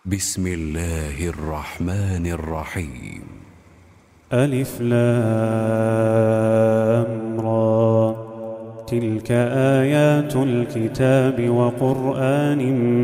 بسم الله الرحمن الرحيم. ألف لام را. تلك آيات الكتاب وقرآن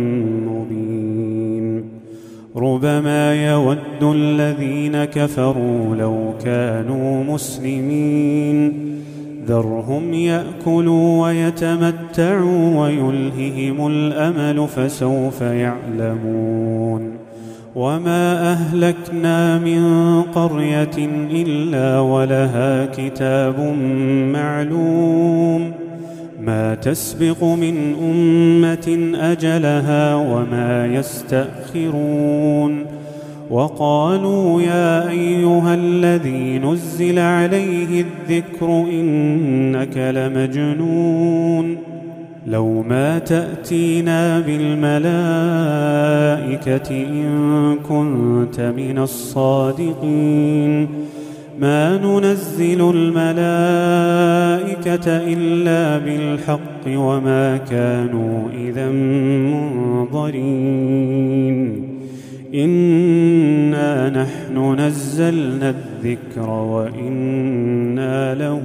مبين. ربما يود الذين كفروا لو كانوا مسلمين. ذرهم يأكلوا ويتمتعوا ويلههم الأمل فسوف يعلمون. وما أهلكنا من قرية إلا ولها كتاب معلوم. ما تسبق من أمة أجلها وما يستأخرون. وقالوا يا أيها الذي نزل عليه الذكر إنك لمجنون. لو ما تأتينا بالملائكة إن كنت من الصادقين. ما ننزل الملائكة إلا بالحق وما كانوا إذا منظرين. إنا نحن نزلنا الذكر وإنا له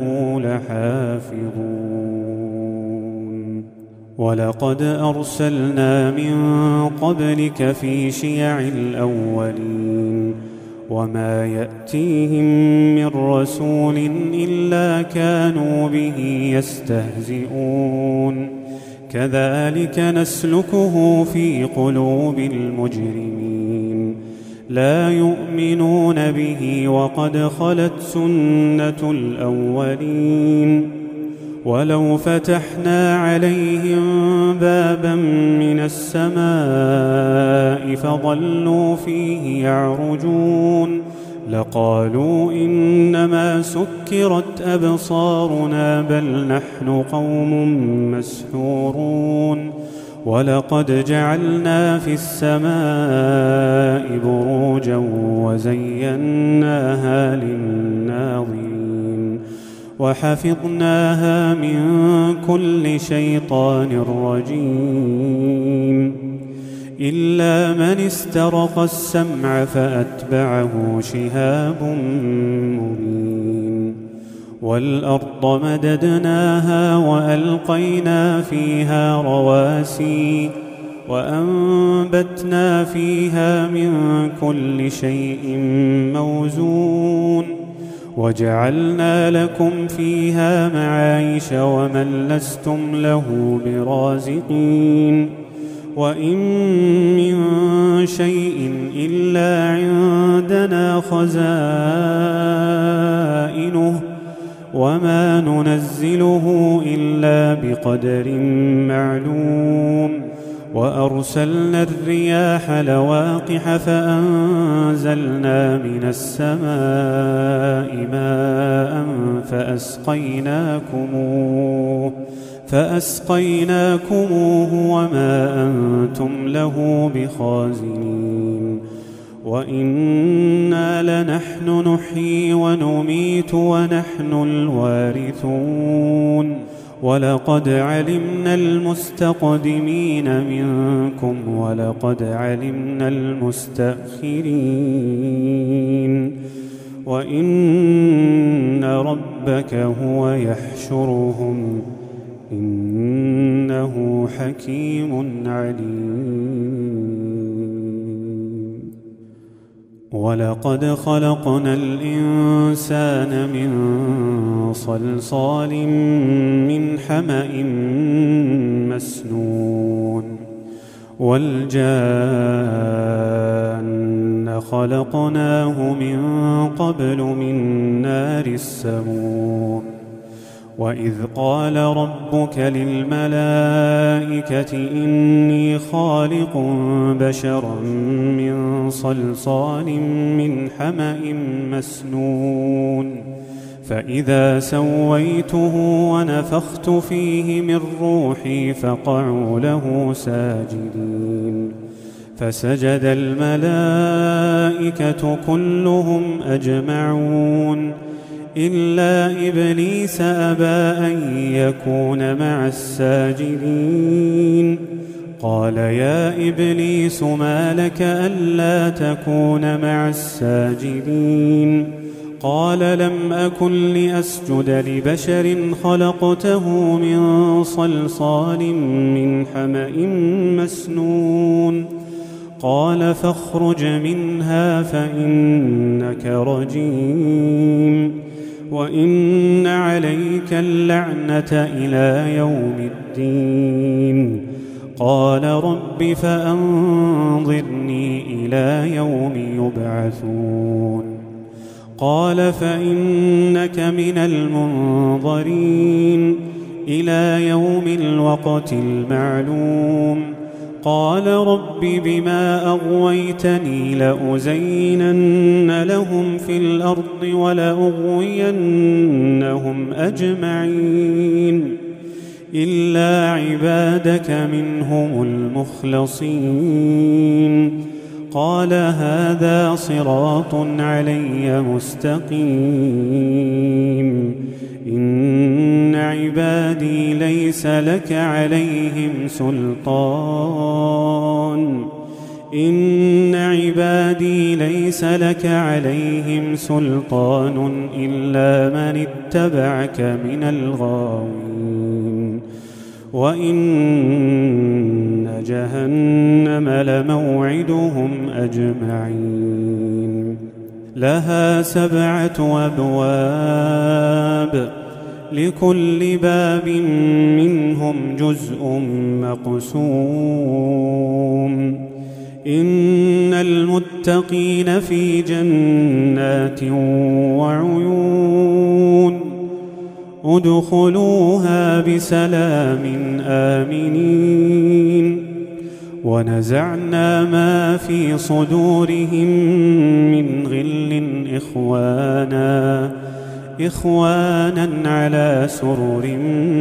لحافظون. ولقد أرسلنا من قبلك في شيع الأولين. وما يأتيهم من رسول إلا كانوا به يستهزئون. كذلك نسلكه في قلوب المجرمين. لا يؤمنون به وقد خلت سنة الأولين. ولو فتحنا عليهم بابا من السماء فظلوا فيه يعرجون لقالوا إنما سكرت أبصارنا بل نحن قوم مسحورون. ولقد جعلنا في السماء بروجا وزيناها للناظرين وحفظناها من كل شيطان رجيم. إلا من استرق السمع فأتبعه شهاب مبين. والأرض مددناها وألقينا فيها رواسي وأنبتنا فيها من كل شيء موزون. وجعلنا لكم فيها معايش ومن لستم له برازقين. وإن من شيء إلا عندنا خزائنه وما ننزله إلا بقدر معلوم. وأرسلنا الرياح لواقح فأنزلنا من السماء ماء فأسقيناكموه وما أنتم له بخازنين. وإنا لنحن نحيي ونميت ونحن الوارثون. ولقد علمنا المستقدمين منكم ولقد علمنا المستأخرين. وإن ربك هو يحشرهم إنه حكيم عليم. ولقد خلقنا الإنسان من صلصال من حمأ مسنون. والجان خلقناه من قبل من نار السموم. وإذ قال ربك للملائكة إني خالق بشرا من صلصال من حمأ مسنون. فإذا سويته ونفخت فيه من روحي فقعوا له ساجدين. فسجد الملائكة كلهم أجمعون إلا إبليس أبى أن يكون مع الساجدين. قال يا إبليس ما لك ألا تكون مع الساجدين قال لم أكن لأسجد لبشر خلقته من صلصال من حمأ مسنون قال فاخرج منها فإنك رجيم وإن عليك اللعنة إلى يوم الدين قال رب فأنظرني إلى يوم يبعثون قال فإنك من المنظرين إلى يوم الوقت المعلوم قال رب بما أغويتني لأزينن لهم في الأرض ولأغوينهم أجمعين إلا عبادك منهم المخلصين قال هذا صراط علي مستقيم إن عبادي ليس لك عليهم سلطان إلا من اتبعك من الغاوين وإن جهنم لموعدهم أجمعين لها 7 أبواب لكل باب منهم جزء مقسوم إن المتقين في جنات وعيون ادخلوها بسلام آمنين ونزعنا ما في صدورهم من غل إخوانا على سرر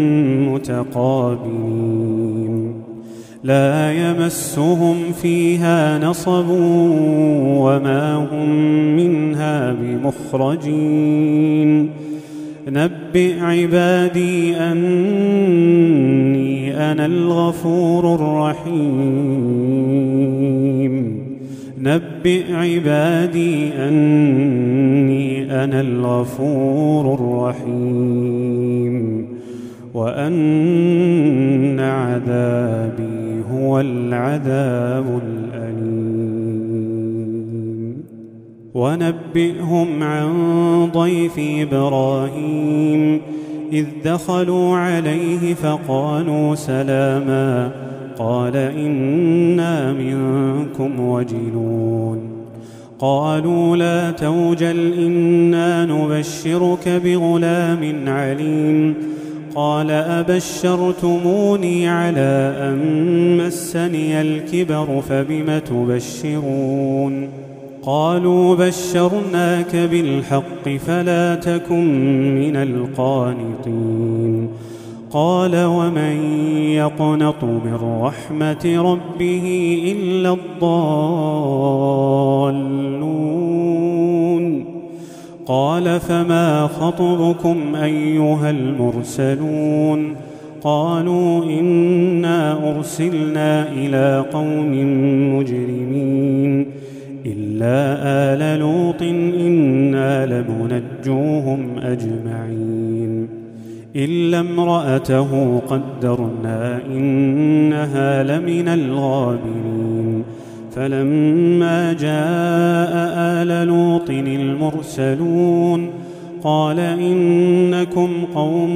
متقابلين لا يمسهم فيها نصب وما هم منها بمخرجين نبئ عبادي أني أنا الغفور الرحيم نبئ عبادي أني أنا الغفور الرحيم وأن عذابي هو العذاب الأليم ونبئهم عن ضيف إبراهيم إذ دخلوا عليه فقالوا سلاما قال إنا منكم وجلون قالوا لا توجل إنا نبشرك بغلام عليم قال أبشرتموني على أن مسني الكبر فبم تبشرون قالوا بشرناك بالحق فلا تكن من القانطين قال ومن يقنط من رحمة ربه إلا الضالون قال فما خطبكم أيها المرسلون قالوا إنا أرسلنا إلى قوم مجرمين إلا آل لوط إنا لمنجوهم أجمعين إلا امرأته قدرنا إنها لمن الغابرين فلما جاء آل لوط المرسلون قال إنكم قوم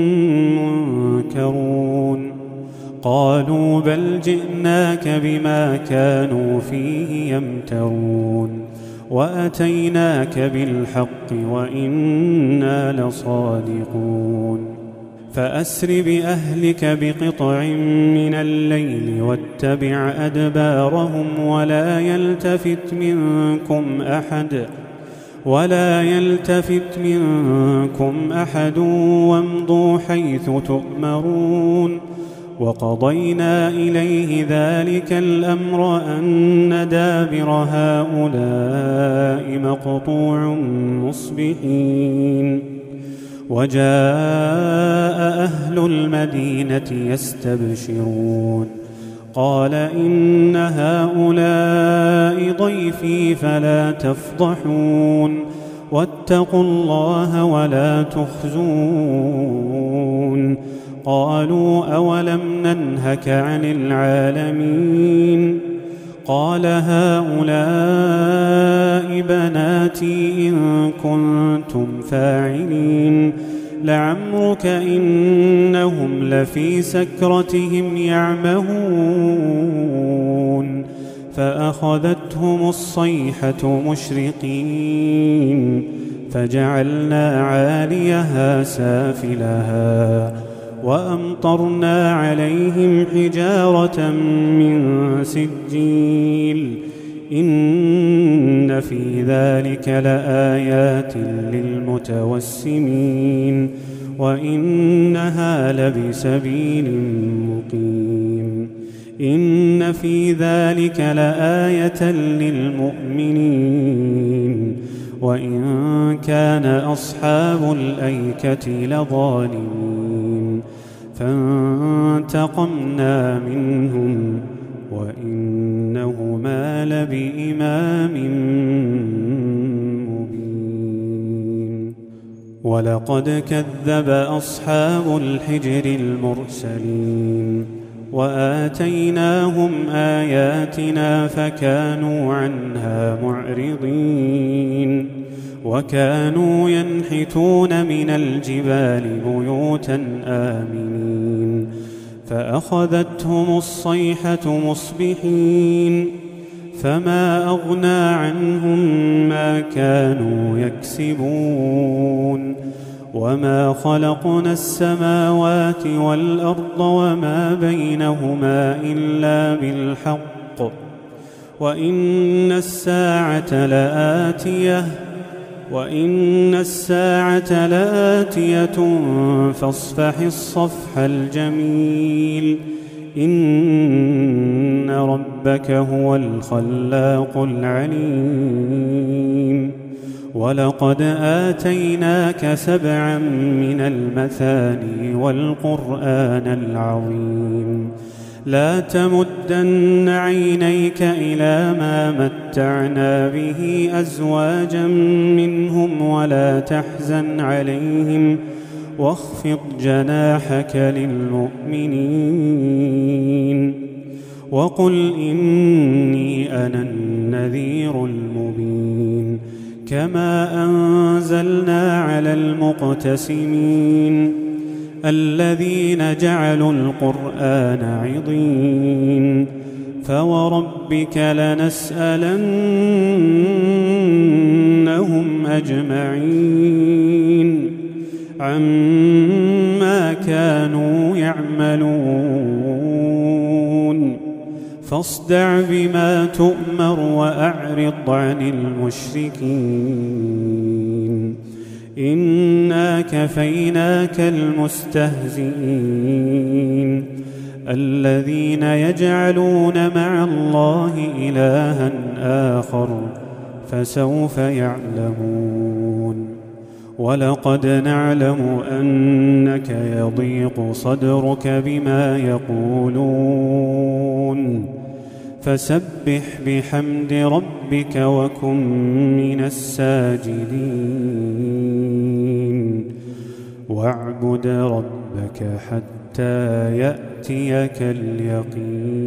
منكرون قالوا بل جئناك بما كانوا فيه يمترون وأتيناك بالحق وإنا لصادقون فأسر بأهلك بقطع من الليل واتبع أدبارهم ولا يلتفت منكم أحد وامضوا حيث تؤمرون وقضينا إليه ذلك الأمر أن دابر هؤلاء مقطوع مصبحين وجاء أهل المدينة يستبشرون قال إن هؤلاء ضيفي فلا تفضحون واتقوا الله ولا تخزون. قالوا أولم ننهك عن العالمين؟ قال هؤلاء بناتي إن كنتم فاعلين. لعمرك إنهم لفي سكرتهم يعمهون. فأخذتهم الصيحة مشرقين فجعلنا عاليها سافلها وأمطرنا عليهم حجارة من سجيل. إن في ذلك لآيات للمتوسمين وإنها لبسبيل مقيم. إن في ذلك لآية للمؤمنين وإن كان أصحاب الأيكة لظالمين. فانتقمنا منهم وإنهما لبإمام مبين. ولقد كذب أصحاب الحجر المرسلين وآتيناهم آياتنا فكانوا عنها معرضين. وكانوا ينحتون من الجبال بيوتا آمنين فأخذتهم الصيحة مصبحين فما أغنى عنهم ما كانوا يكسبون. وما خلقنا السماوات والأرض وما بينهما إلا بالحق وإن الساعة لآتية فاصفح الصفح الجميل. إن ربك هو الخلاق العليم. ولقد آتيناك 7 من المثاني والقرآن العظيم. لا تمدن عينيك إلى ما متعنا به أزواجا منهم ولا تحزن عليهم واخفض جناحك للمؤمنين. وقل إني أنا النذير المبين. كما أنزلنا على المقتسمين الذين جعلوا القرآن عضين. فوربك لنسألنهم أجمعين عما كانوا يعملون. فاصدع بما تؤمر وأعرض عن المشركين. إنا كفيناك المستهزئين الذين يجعلون مع الله إلها آخر فسوف يعلمون. ولقد نعلم أنك يضيق صدرك بما يقولون فسبح بحمد ربك وكن من الساجدين. واعبد ربك حتى يأتيك اليقين.